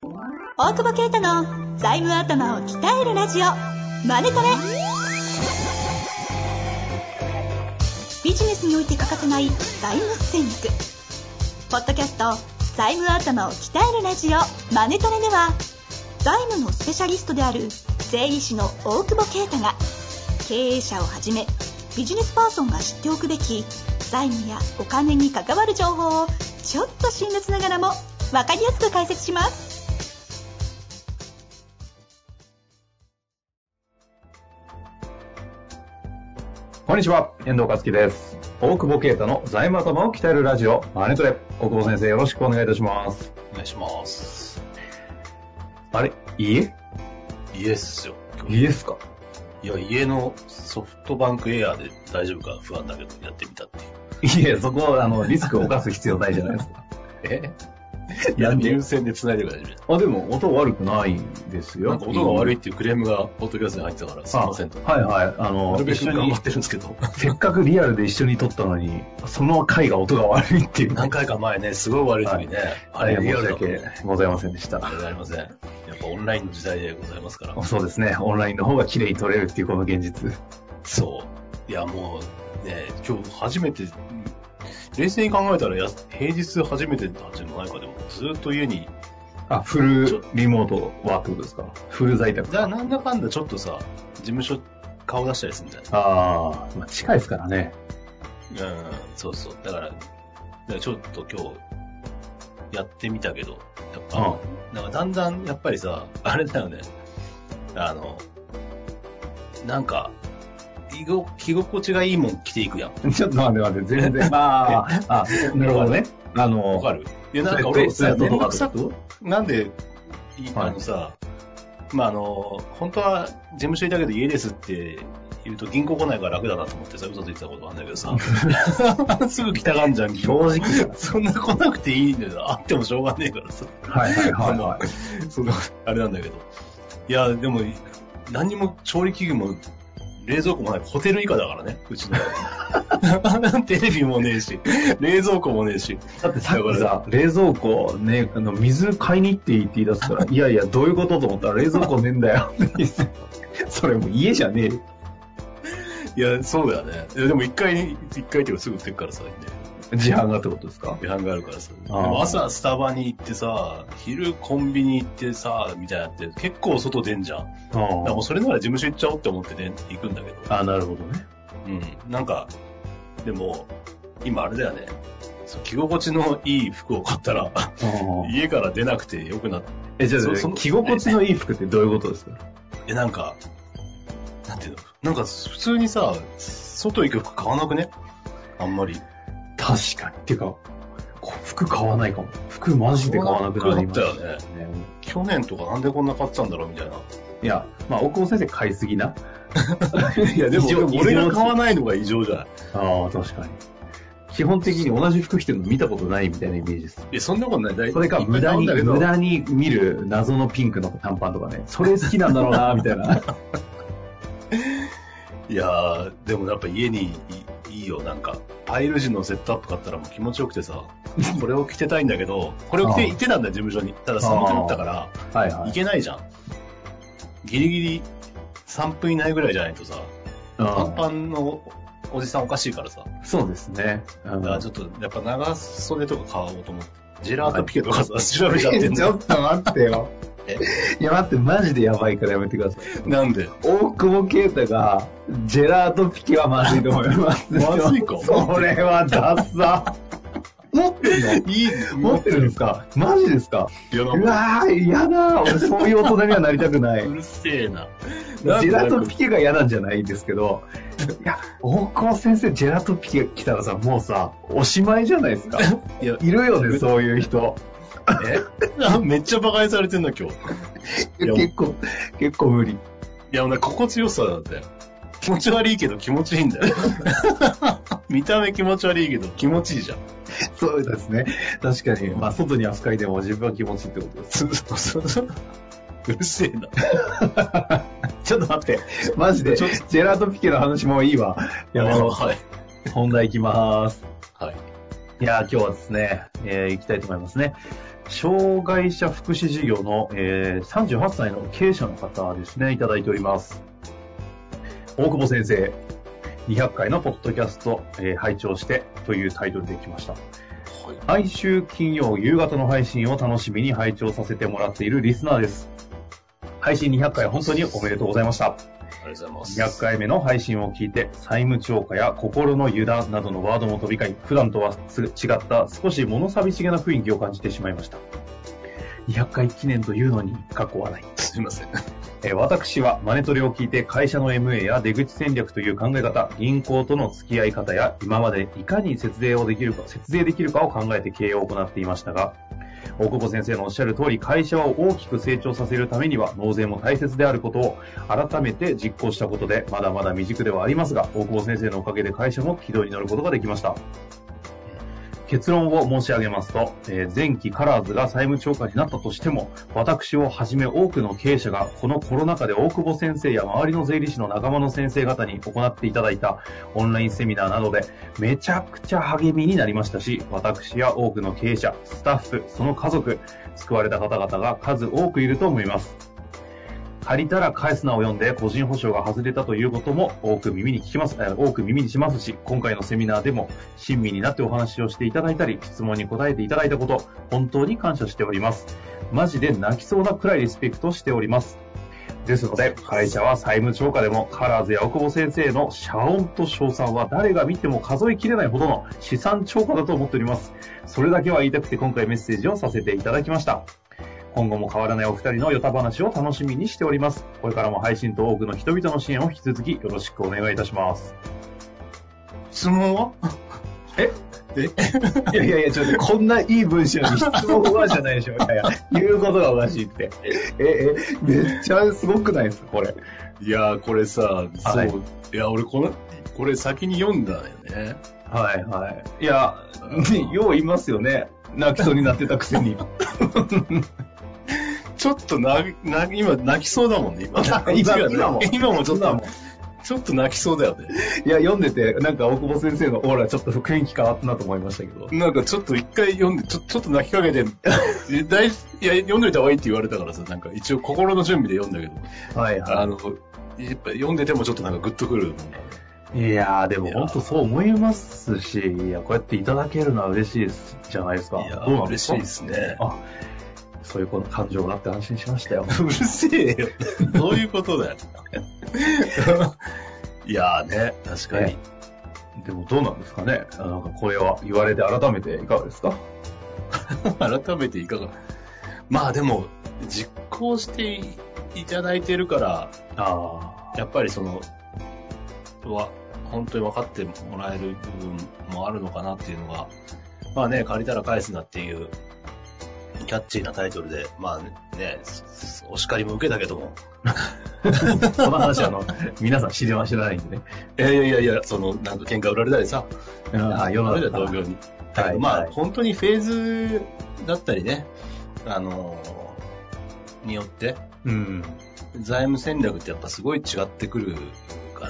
大久保啓太の財務頭を鍛えるラジオマネトレ。ビジネスにおいて欠かせない財務戦略。ポッドキャスト財務頭を鍛えるラジオマネトレでは、財務のスペシャリストである税理士の大久保啓太が、経営者をはじめビジネスパーソンが知っておくべき財務やお金に関わる情報をちょっと辛辣ながらも分かりやすく解説します。 こんにちは、遠藤和樹です。大久保啓太の財務頭を鍛えるラジオマネトレ。大久保先生、よろしくお願いいたします。 お願いします。 あれ、家っすよ。 家っすか？ いや、家のソフトバンクエアで大丈夫か不安だけどやってみたっていう。 いや、そこはリスクを冒す必要ないじゃないですか。 いや、優先で繋いでください。 あ、でも音悪くないですよ。 なんか音が悪いっていうクレームがポッドキャストに入ってたからすいませんと。 はいはい。 なるべく頑張ってるんですけど。 せっかくリアルで一緒に撮ったのに、その回が音が悪いっていう。 何回か前ね、すごい悪い時ね。 あれ、リアルだけございませんでした。 ありがとうございません。やっぱオンラインの時代でございますから。 そうですね。オンラインの方が綺麗に撮れるっていうこの現実。 そう。いや、もうね、今日初めて、冷静に考えたら平日初めてなんじゃないかでもずっと家にフルリモートワークですか？フル在宅か。 なんだかんだちょっとさ事務所顔出したりするみたいな。 まあ、近いですからね。 そうそう。だからちょっと今日やってみたけど、やっぱなんかだんだんやっぱりさあれだよね。なんか着心地がいいもん着ていくやん。 ちょっと待って、全然。なるほどね。 わかる？いや、なんか俺、めんどくさく、なんで、さ、まあ本当は事務所いたけど家ですって言うと銀行来ないから楽だなと思ってさ、嘘ついてたことあるんだけどさ、すぐ来たがんじゃん、 正直。 そんな来なくていいんだよ。あってもしょうがねえからさ。 はいはいはい。 あれなんだけど。いや、でも、何にも調理器具も、冷蔵庫もない。ホテル以下だからね、うちの。テレビもねえし、冷蔵庫もねえし。 だってさっきさ、冷蔵庫ね、水買いに行っていいって言い出すから、いやいや、どういうことと思ったら冷蔵庫ねえんだよって言って。それもう家じゃねえよ。 いや、そうだよね。でも一回っていうかすぐ売ってくからさ、ね。 自販がってことですか？ 自販があるからさ。でも朝スタバに行ってさ、昼コンビニ行ってさ、みたいなって結構外出んじゃん。だからもうそれなら事務所行っちゃおうって思ってね、行くんだけど。 なるほどね。 なんか、でも、今あれだよね。着心地のいい服を買ったら、家から出なくてよくなって。 じゃあ、着心地のいい服ってどういうことですか？ なんか、なんていうの？なんか普通にさ、外行く服買わなくね？あんまり。 確かに。っていうか、服買わないかも。服マジで買わなくなりましたよね。 去年とかなんでこんな買ってたんだろうみたいな。 いや、まあ、大久保先生買いすぎな。 いや、でも俺が買わないのが異常じゃない。 確かに。基本的に同じ服着てるの見たことないみたいなイメージです。 そんなことない。 それか無駄に見る謎のピンクの短パンとかね。それ好きなんだろうな、みたいな。 いやー、でもやっぱ家にいいよ。なんか、パイル時のセットアップ買ったらもう気持ちよくてさ、これを着てたいんだけど、これを着て行ってたんだよ、事務所に。ただ寒くなったから、行けないじゃん。ギリギリ3分以内ぐらいじゃないとさ、短パンのおじさんおかしいからさ。 そうですね。 だからちょっと、やっぱ長袖とか買おうと思って、ジェラートピケとかさ、調べちゃってんちょっと待ってよ。いや待って、マジでやばいからやめてください。 なんで？ 大久保啓太が、ジェラートピケはまずいと思います。 まずいか？ それはダッサ。持ってるの？持ってるんですか？マジですか？うわー、嫌だ。俺そういう大人にはなりたくない。 うるせえな。 ジェラートピケが嫌なんじゃないですけど、いや、大久保先生、ジェラートピケ来たらさ、もうさ、おしまいじゃないですか。いるよね、そういう人。 めっちゃ馬鹿にされてんだ、今日。 結構無理。 いや、心地よさだったよ。気持ち悪いけど気持ちいいんだよ。見た目気持ち悪いけど気持ちいいじゃん。 そうですね。確かに。まあ、外には不快でも自分は気持ちいいってことです。 うるせえな。 ちょっと待って。マジで。ジェラートピケの話もういいわ。やめろ。 はい。 本題いきまーす。 はい。 いやー、今日はですね、行きたいと思いますね。 障害者福祉事業の、38歳の経営者の方ですね、いただいております。大久保先生、200回のポッドキャスト、拝聴してというタイトルで来ました。毎週金曜夕方の配信を楽しみに拝聴させてもらっているリスナーです。配信200回本当におめでとうございました。 ありがとうございます。 200回目の配信を聞いて、債務超過や心の油断などのワードも飛び交い、普段とは違った少し物寂しげな雰囲気を感じてしまいました。200回記念というのに過去はない。 すいません。 私はマネトレを聞いて会社の MA や出口戦略という考え方、銀行との付き合い方や今までいかに節税できるかを考えて経営を行っていましたが、大久保先生のおっしゃる通り、会社を大きく成長させるためには納税も大切であることを改めて実行したことで、まだまだ未熟ではありますが、大久保先生のおかげで会社も軌道に乗ることができました。結論を申し上げますと、前期カラーズが債務超過になったとしても、私をはじめ多くの経営者がこのコロナ禍で大久保先生や周りの税理士の仲間の先生方に行っていただいたオンラインセミナーなどでめちゃくちゃ励みになりましたし、私や多くの経営者、スタッフ、その家族、救われた方々が数多くいると思います。借りたら返すなを読んで個人保証が外れたということも多く耳にしますし、今回のセミナーでも親身になってお話をしていただいたり、質問に答えていただいたこと、本当に感謝しております。マジで泣きそうなくらいリスペクトしております。ですので、会社は債務超過でもカラーズや大久保先生の社恩と賞賛は誰が見ても数えきれないほどの資産超過だと思っております。それだけは言いたくて今回メッセージをさせていただきました。今後も変わらないお二人のヨタ話を楽しみにしております。これからも配信と多くの人々の支援を引き続きよろしくお願いいたします。 質問は？ いや、ちょっとこんないい文章に質問はじゃないでしょ。言うことがおかしいって。めっちゃすごくないですか、これ。 いや、これさ、そう、いや、俺これ先に読んだよね。 はいはい。いや、よう言いますよね。泣きそうになってたくせに。 ちょっと今泣きそうだもんね、今もちょっと泣きそうだよね。 いや、読んでて、なんか大久保先生のオーラちょっと雰囲気変わったなと思いましたけど。 なんかちょっと一回読んで、ちょっと泣きかけて、いや、読んどいた方がいいって言われたからさ、なんか一応心の準備で読んだけど。はいはい。やっぱ読んでてもちょっとなんかグッとくるもんだね。 いやー、でも本当そう思いますし、いや、こうやっていただけるのは嬉しいじゃないですか。 いや、嬉しいですね。 そういう感情があって安心しましたよ。 うるせえよ。どういうことだよ。いやーね、確かに。 でもどうなんですかね。なんかこれは言われて改めていかがですか？ 改めていかが？まあでも、実行していただいてるから、やっぱり本当に分かってもらえる部分もあるのかなっていうのが、まあね、借りたら返すなっていう、キャッチーなタイトルで、まあね、お叱りも受けたけども。 この話皆さん知らないんでね。 いや、なんか喧嘩売られたりさ。世の中同業に。はい、まあ、本当にフェーズだったりね、によって、財務戦略ってやっぱすごい違ってくるから、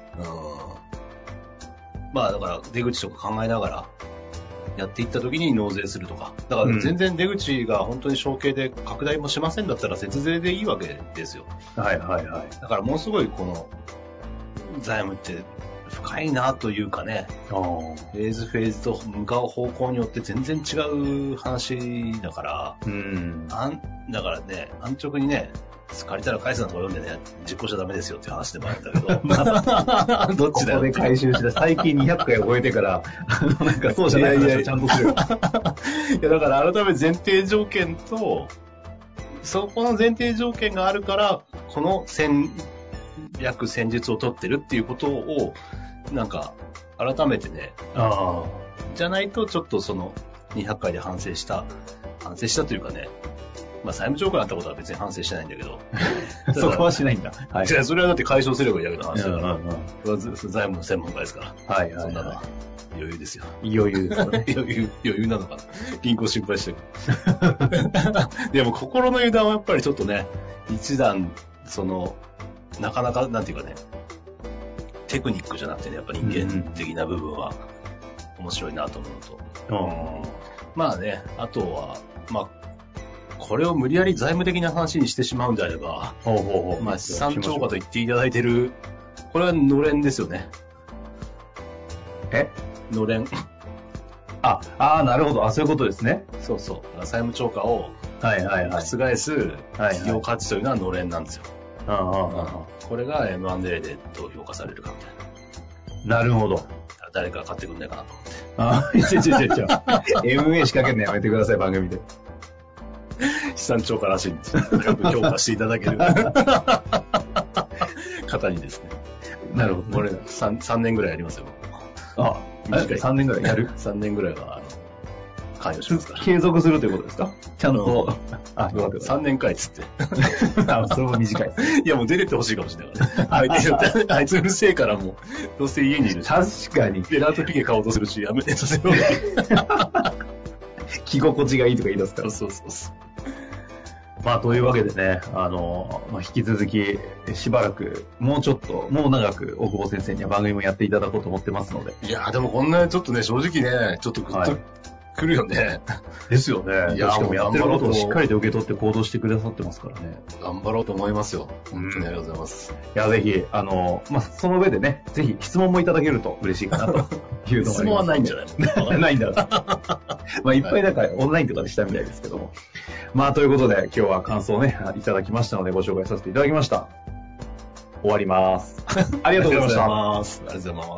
まあだから出口とか考えながら、やっていった時に納税するとか。だから全然出口が本当に承継で拡大もしませんだったら節税でいいわけですよ。 はいはいはい。 だからものすごいこの財務って深いなというかね、フェーズと向かう方向によって全然違う話だから、だからね、安直にね、借りたら返すなとか読んでね、実行しちゃダメですよっていう話でもあるんだけど。どっちだよ。 ここで回収して、最近200回超えてから、なんかそうじゃない話をちゃんとする。いや、 だから改め前提条件と、そこの前提条件があるから、この戦術を取ってるっていうことを、なんか、改めてね、じゃないとちょっと200回で反省したというかね、まあ、債務超過になったことは別に反省してないんだけど。 そこはしないんだ。 はい。それはだって解消すればいいだけの話だから。財務の専門家ですから。はい。そんなのは余裕ですよ。 余裕ですね。 余裕なのかな。銀行心配してる。でも心の油断はやっぱりちょっとね、一段、なかなか、なんていうかね、テクニックじゃなくてね、やっぱ人間的な部分は面白いなと思うと。まあね、あとは、 これを無理やり財務的な話にしてしまうんであれば、資産超過と言っていただいている、これはのれんですよね。のれん。 なるほど。そういうことですね。 そうそう。債務超過を覆す企業価値というのはのれんなんですよ。これが M&A でどう評価されるかみたいな。 なるほど。 誰か買ってくんないかなと思って。 MA 仕掛けるのやめてください、番組で。 資産超過らしいんですよ。評価していただける方にですね。 なるほど。 これ3年ぐらいやりますよ。 短い。3年ぐらいやる ?3 年ぐらいは、関与しますから。 継続するということですか？ちゃんと。 3年かいっつって。 それも短い。 いや、もう出てってほしいかもしれないからね。あいつうるせえからもう、どうせ家にいるし。 確かに。 で、ラートピケ買おうとするし、やめてさせよう。 着心地がいいとか言い出すから。 そう。 というわけでね、引き続き、しばらく、もう長く、大久保先生には番組もやっていただこうと思ってますので。 いや、でもこんな、ちょっとね、正直ね、ちょっとグッとくるよね。 ですよね。いや、しかもやってることをしっかりと受け取って行動してくださってますからね。 頑張ろうと思いますよ。本当にありがとうございます。 いや、ぜひ、その上でね、ぜひ質問もいただけると嬉しいかなというのがあります。 質問はないんじゃないないんだ。いっぱいだからオンラインとかでしたみたいですけども。ということで、今日は感想をね、いただきましたのでご紹介させていただきました。終わります。ありがとうございました。 ありがとうございます。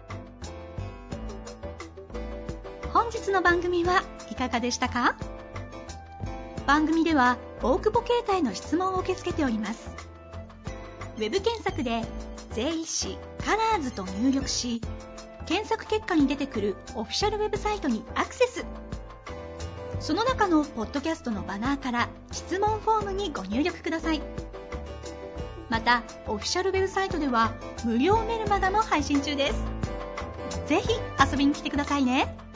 本日の番組はいかがでしたか？番組では大久保携帯の質問を受け付けております。ウェブ検索で税理士カラーズと入力し、検索結果に出てくるオフィシャルウェブサイトにアクセス。その中のポッドキャストのバナーから質問フォームにご入力ください。またオフィシャルウェブサイトでは無料メルマガも配信中です。ぜひ遊びに来てくださいね。